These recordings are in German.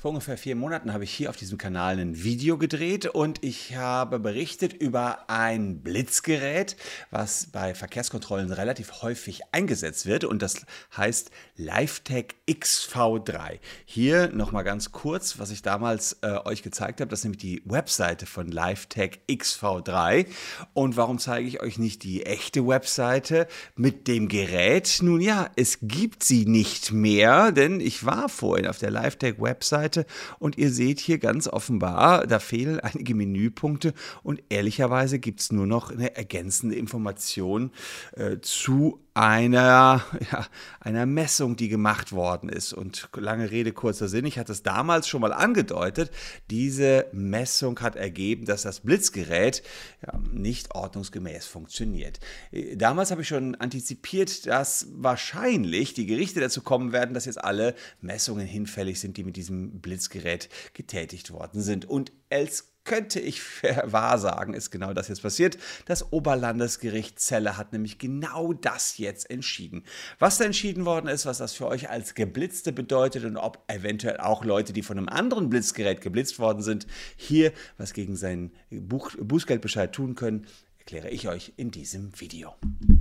Vor ungefähr 4 Monaten habe ich hier auf diesem Kanal ein Video gedreht und ich habe berichtet über ein Blitzgerät, was bei Verkehrskontrollen relativ häufig eingesetzt wird, und das heißt LiveTag XV3. Hier nochmal ganz kurz, was ich damals euch gezeigt habe, das ist nämlich die Webseite von LiveTag XV3. Und warum zeige ich euch nicht die echte Webseite mit dem Gerät? Nun ja, es gibt sie nicht mehr, denn ich war vorhin auf der LiveTag Webseite und ihr seht hier ganz offenbar, da fehlen einige Menüpunkte und ehrlicherweise gibt es nur noch eine ergänzende Information zu einer Messung, die gemacht worden ist. Und lange Rede, kurzer Sinn, ich hatte es damals schon mal angedeutet, diese Messung hat ergeben, dass das Blitzgerät nicht ordnungsgemäß funktioniert. Damals habe ich schon antizipiert, dass wahrscheinlich die Gerichte dazu kommen werden, dass jetzt alle Messungen hinfällig sind, die mit diesem Blitzgerät getätigt worden sind. Und als könnte ich wahrsagen, ist genau das jetzt passiert. Das Oberlandesgericht Celle hat nämlich genau das jetzt entschieden. Was da entschieden worden ist, was das für euch als Geblitzte bedeutet und ob eventuell auch Leute, die von einem anderen Blitzgerät geblitzt worden sind, hier was gegen seinen Bußgeldbescheid tun können, erkläre ich euch in diesem Video.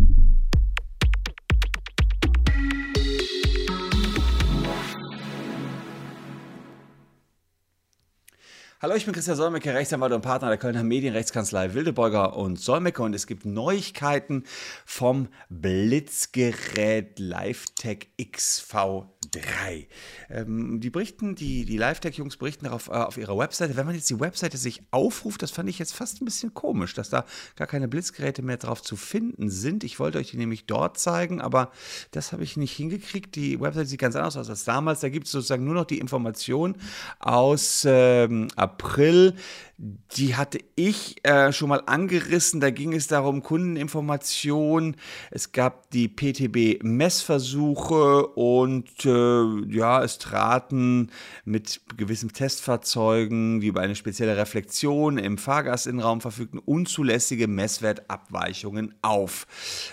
Hallo, ich bin Christian Solmecke, Rechtsanwalt und Partner der Kölner Medienrechtskanzlei Wildeborger und Solmecke, und es gibt Neuigkeiten vom Blitzgerät LiveTag XV3. Die LiveTag-Jungs berichten darauf auf ihrer Webseite. Wenn man jetzt die Webseite sich aufruft, das fand ich jetzt fast ein bisschen komisch, dass da gar keine Blitzgeräte mehr drauf zu finden sind. Ich wollte euch die nämlich dort zeigen, aber das habe ich nicht hingekriegt. Die Webseite sieht ganz anders aus als damals. Da gibt es sozusagen nur noch die Information aus April. Die hatte ich schon mal angerissen. Da ging es darum, Kundeninformation. Es gab die PTB-Messversuche und es traten mit gewissen Testfahrzeugen, die über eine spezielle Reflexion im Fahrgastinnenraum verfügten, unzulässige Messwertabweichungen auf.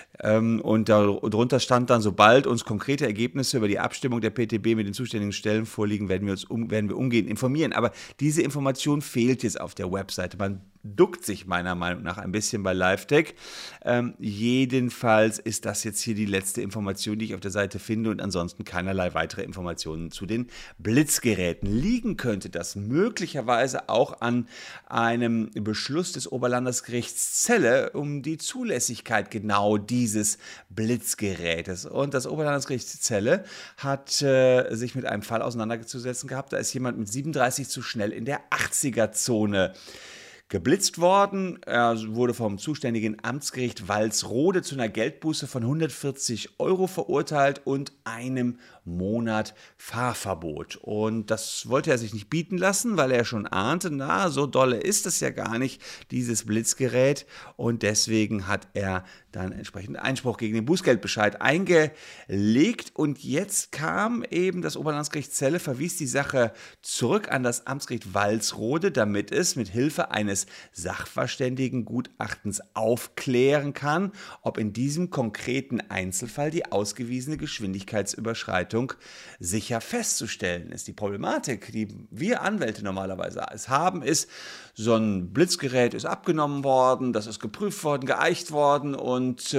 Und darunter stand dann: Sobald uns konkrete Ergebnisse über die Abstimmung der PTB mit den zuständigen Stellen vorliegen, werden wir umgehend informieren. Aber diese Information fehlt jetzt auf der Webseite. Man duckt sich meiner Meinung nach ein bisschen bei LiveTag. Jedenfalls ist das jetzt hier die letzte Information, die ich auf der Seite finde, und ansonsten keinerlei weitere Informationen zu den Blitzgeräten. Liegen könnte das möglicherweise auch an einem Beschluss des Oberlandesgerichts Celle um die Zulässigkeit genau dieses Blitzgerätes. Und das Oberlandesgericht Celle hat sich mit einem Fall auseinanderzusetzen gehabt. Da ist jemand mit 37 zu schnell in der 80er-Zone geblitzt worden. Er wurde vom zuständigen Amtsgericht Walsrode zu einer Geldbuße von 140 € verurteilt und einem Monat Fahrverbot. Und das wollte er sich nicht bieten lassen, weil er schon ahnte, so dolle ist es ja gar nicht, dieses Blitzgerät. Und deswegen hat er dann entsprechend Einspruch gegen den Bußgeldbescheid eingelegt. Und jetzt kam eben das Oberlandesgericht Celle, verwies die Sache zurück an das Amtsgericht Walsrode, damit es mit Hilfe eines Sachverständigengutachtens aufklären kann, ob in diesem konkreten Einzelfall die ausgewiesene Geschwindigkeitsüberschreitung sicher festzustellen ist. Die Problematik, die wir Anwälte normalerweise haben, ist: So ein Blitzgerät ist abgenommen worden, das ist geprüft worden, geeicht worden, und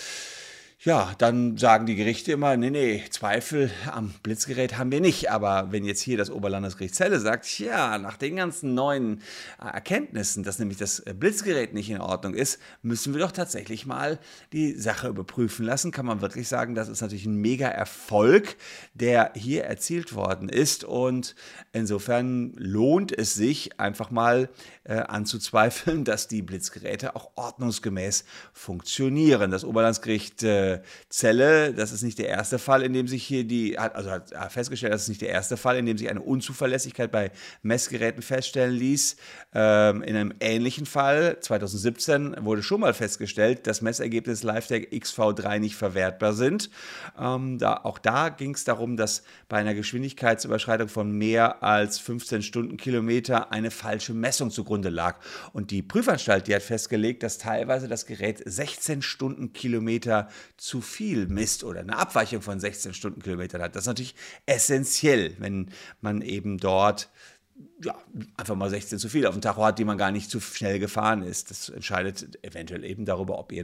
dann sagen die Gerichte immer, nee, Zweifel am Blitzgerät haben wir nicht. Aber wenn jetzt hier das Oberlandesgericht Celle sagt, nach den ganzen neuen Erkenntnissen, dass nämlich das Blitzgerät nicht in Ordnung ist, müssen wir doch tatsächlich mal die Sache überprüfen lassen, kann man wirklich sagen, das ist natürlich ein Mega-Erfolg, der hier erzielt worden ist. Und insofern lohnt es sich einfach mal anzuzweifeln, dass die Blitzgeräte auch ordnungsgemäß funktionieren. Das Oberlandesgericht Celle, das ist nicht der erste Fall, in dem sich hier hat festgestellt, das ist nicht der erste Fall, in dem sich eine Unzuverlässigkeit bei Messgeräten feststellen ließ. In einem ähnlichen Fall, 2017, wurde schon mal festgestellt, dass Messergebnisse LiveTag XV3 nicht verwertbar sind. Auch da ging es darum, dass bei einer Geschwindigkeitsüberschreitung von mehr als 15 Stundenkilometer eine falsche Messung zugrunde lag. Und die Prüfanstalt, die hat festgelegt, dass teilweise das Gerät 16 Stundenkilometer zu viel misst oder eine Abweichung von 16 Stundenkilometern hat. Das ist natürlich essentiell, wenn man eben dort einfach mal 16 zu viel auf dem Tacho hat, die man gar nicht zu schnell gefahren ist. Das entscheidet eventuell eben darüber, ob ihr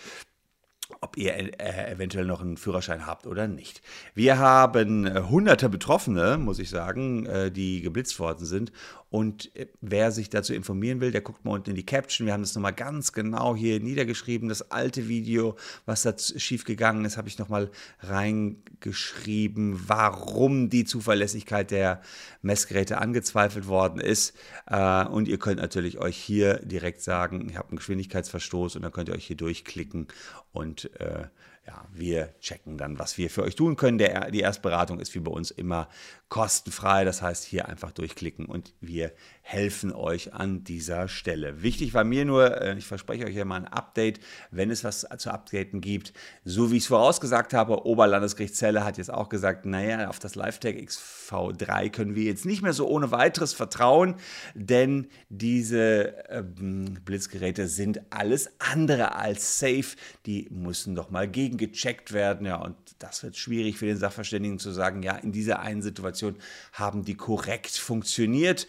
eventuell noch einen Führerschein habt oder nicht. Wir haben hunderte Betroffene, muss ich sagen, die geblitzt worden sind. Und wer sich dazu informieren will, der guckt mal unten in die Caption. Wir haben das nochmal ganz genau hier niedergeschrieben. Das alte Video, was da schief gegangen ist, habe ich nochmal reingeschrieben, warum die Zuverlässigkeit der Messgeräte angezweifelt worden ist. Und ihr könnt natürlich euch hier direkt sagen, ihr habt einen Geschwindigkeitsverstoß und dann könnt ihr euch hier durchklicken und wir checken dann, was wir für euch tun können. Die Erstberatung ist wie bei uns immer kostenfrei. Das heißt, hier einfach durchklicken und wir helfen euch an dieser Stelle. Wichtig war mir nur, ich verspreche euch ja mal ein Update, wenn es was zu updaten gibt. So wie ich es vorausgesagt habe, Oberlandesgericht Celle hat jetzt auch gesagt, naja, auf das LiveTech XV3 können wir jetzt nicht mehr so ohne weiteres vertrauen, denn diese Blitzgeräte sind alles andere als safe. Die müssen doch mal gegengecheckt werden. Ja, und das wird schwierig für den Sachverständigen zu sagen, ja, in dieser einen Situation haben die korrekt funktioniert.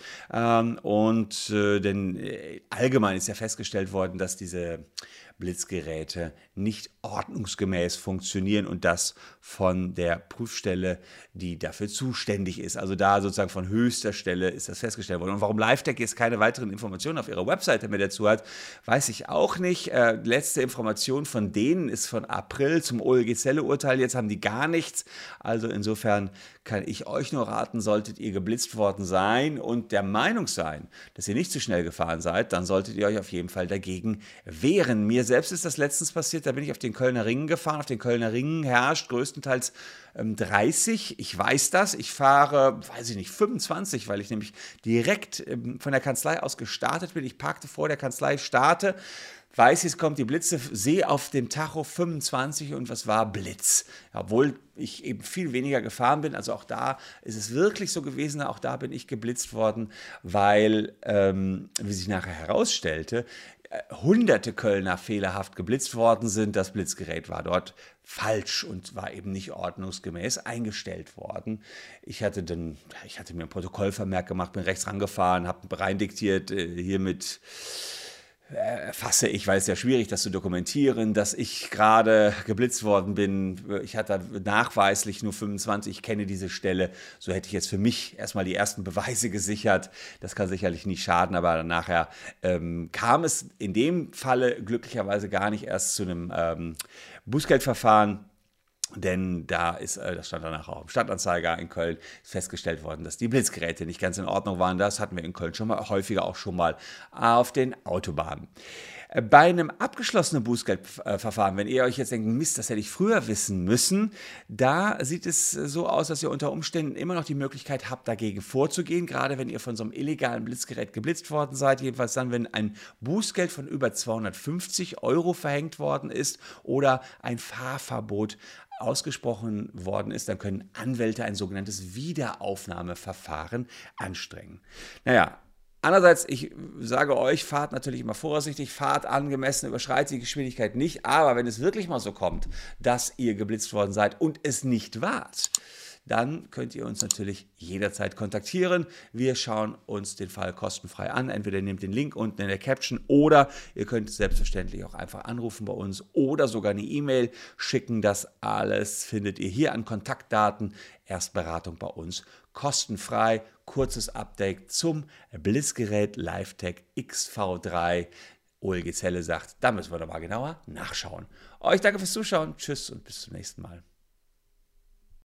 Denn allgemein ist ja festgestellt worden, dass diese Blitzgeräte nicht ordnungsgemäß funktionieren und das von der Prüfstelle, die dafür zuständig ist. Also da sozusagen von höchster Stelle ist das festgestellt worden. Und warum LiveTech jetzt keine weiteren Informationen auf ihrer Webseite mehr dazu hat, weiß ich auch nicht. Letzte Information von denen ist von April zum OLG-Celle-Urteil. Jetzt haben die gar nichts. Also insofern kann ich euch nur raten, solltet ihr geblitzt worden sein und der Meinung sein, dass ihr nicht zu schnell gefahren seid, dann solltet ihr euch auf jeden Fall dagegen wehren. Mir selbst ist das letztens passiert, da bin ich auf den Kölner Ringen gefahren. Auf den Kölner Ringen herrscht größtenteils 30. Ich weiß das. Ich fahre, 25, weil ich nämlich direkt von der Kanzlei aus gestartet bin. Ich parkte vor der Kanzlei, starte, weiß, jetzt kommt die Blitze, sehe auf dem Tacho 25 und was war? Blitz. Obwohl ich eben viel weniger gefahren bin, also auch da ist es wirklich so gewesen, auch da bin ich geblitzt worden, weil, wie sich nachher herausstellte, hunderte Kölner fehlerhaft geblitzt worden sind. Das Blitzgerät war dort falsch und war eben nicht ordnungsgemäß eingestellt worden. Ich hatte mir ein Protokollvermerk gemacht, bin rechts rangefahren, habe reindiktiert, hiermit fasse ich, weil es ja schwierig, das zu dokumentieren, dass ich gerade geblitzt worden bin. Ich hatte nachweislich nur 25, ich kenne diese Stelle. So hätte ich jetzt für mich erstmal die ersten Beweise gesichert. Das kann sicherlich nicht schaden, aber nachher kam es in dem Falle glücklicherweise gar nicht erst zu einem Bußgeldverfahren. Denn das stand danach auch im Stadtanzeiger in Köln, festgestellt worden, dass die Blitzgeräte nicht ganz in Ordnung waren. Das hatten wir in Köln häufiger auch schon mal auf den Autobahnen. Bei einem abgeschlossenen Bußgeldverfahren, wenn ihr euch jetzt denkt, Mist, das hätte ich früher wissen müssen, da sieht es so aus, dass ihr unter Umständen immer noch die Möglichkeit habt, dagegen vorzugehen, gerade wenn ihr von so einem illegalen Blitzgerät geblitzt worden seid, jedenfalls dann, wenn ein Bußgeld von über 250 € verhängt worden ist oder ein Fahrverbot ausgesprochen worden ist, dann können Anwälte ein sogenanntes Wiederaufnahmeverfahren anstrengen. Naja, andererseits, ich sage euch, fahrt natürlich immer vorsichtig, fahrt angemessen, überschreitet die Geschwindigkeit nicht, aber wenn es wirklich mal so kommt, dass ihr geblitzt worden seid und es nicht wart, dann könnt ihr uns natürlich jederzeit kontaktieren. Wir schauen uns den Fall kostenfrei an. Entweder ihr nehmt den Link unten in der Caption oder ihr könnt selbstverständlich auch einfach anrufen bei uns oder sogar eine E-Mail schicken. Das alles findet ihr hier an Kontaktdaten. Erstberatung bei uns kostenfrei. Kurzes Update zum Blitzgerät LiveTech XV3. OLG Celle sagt, da müssen wir doch mal genauer nachschauen. Euch danke fürs Zuschauen. Tschüss und bis zum nächsten Mal.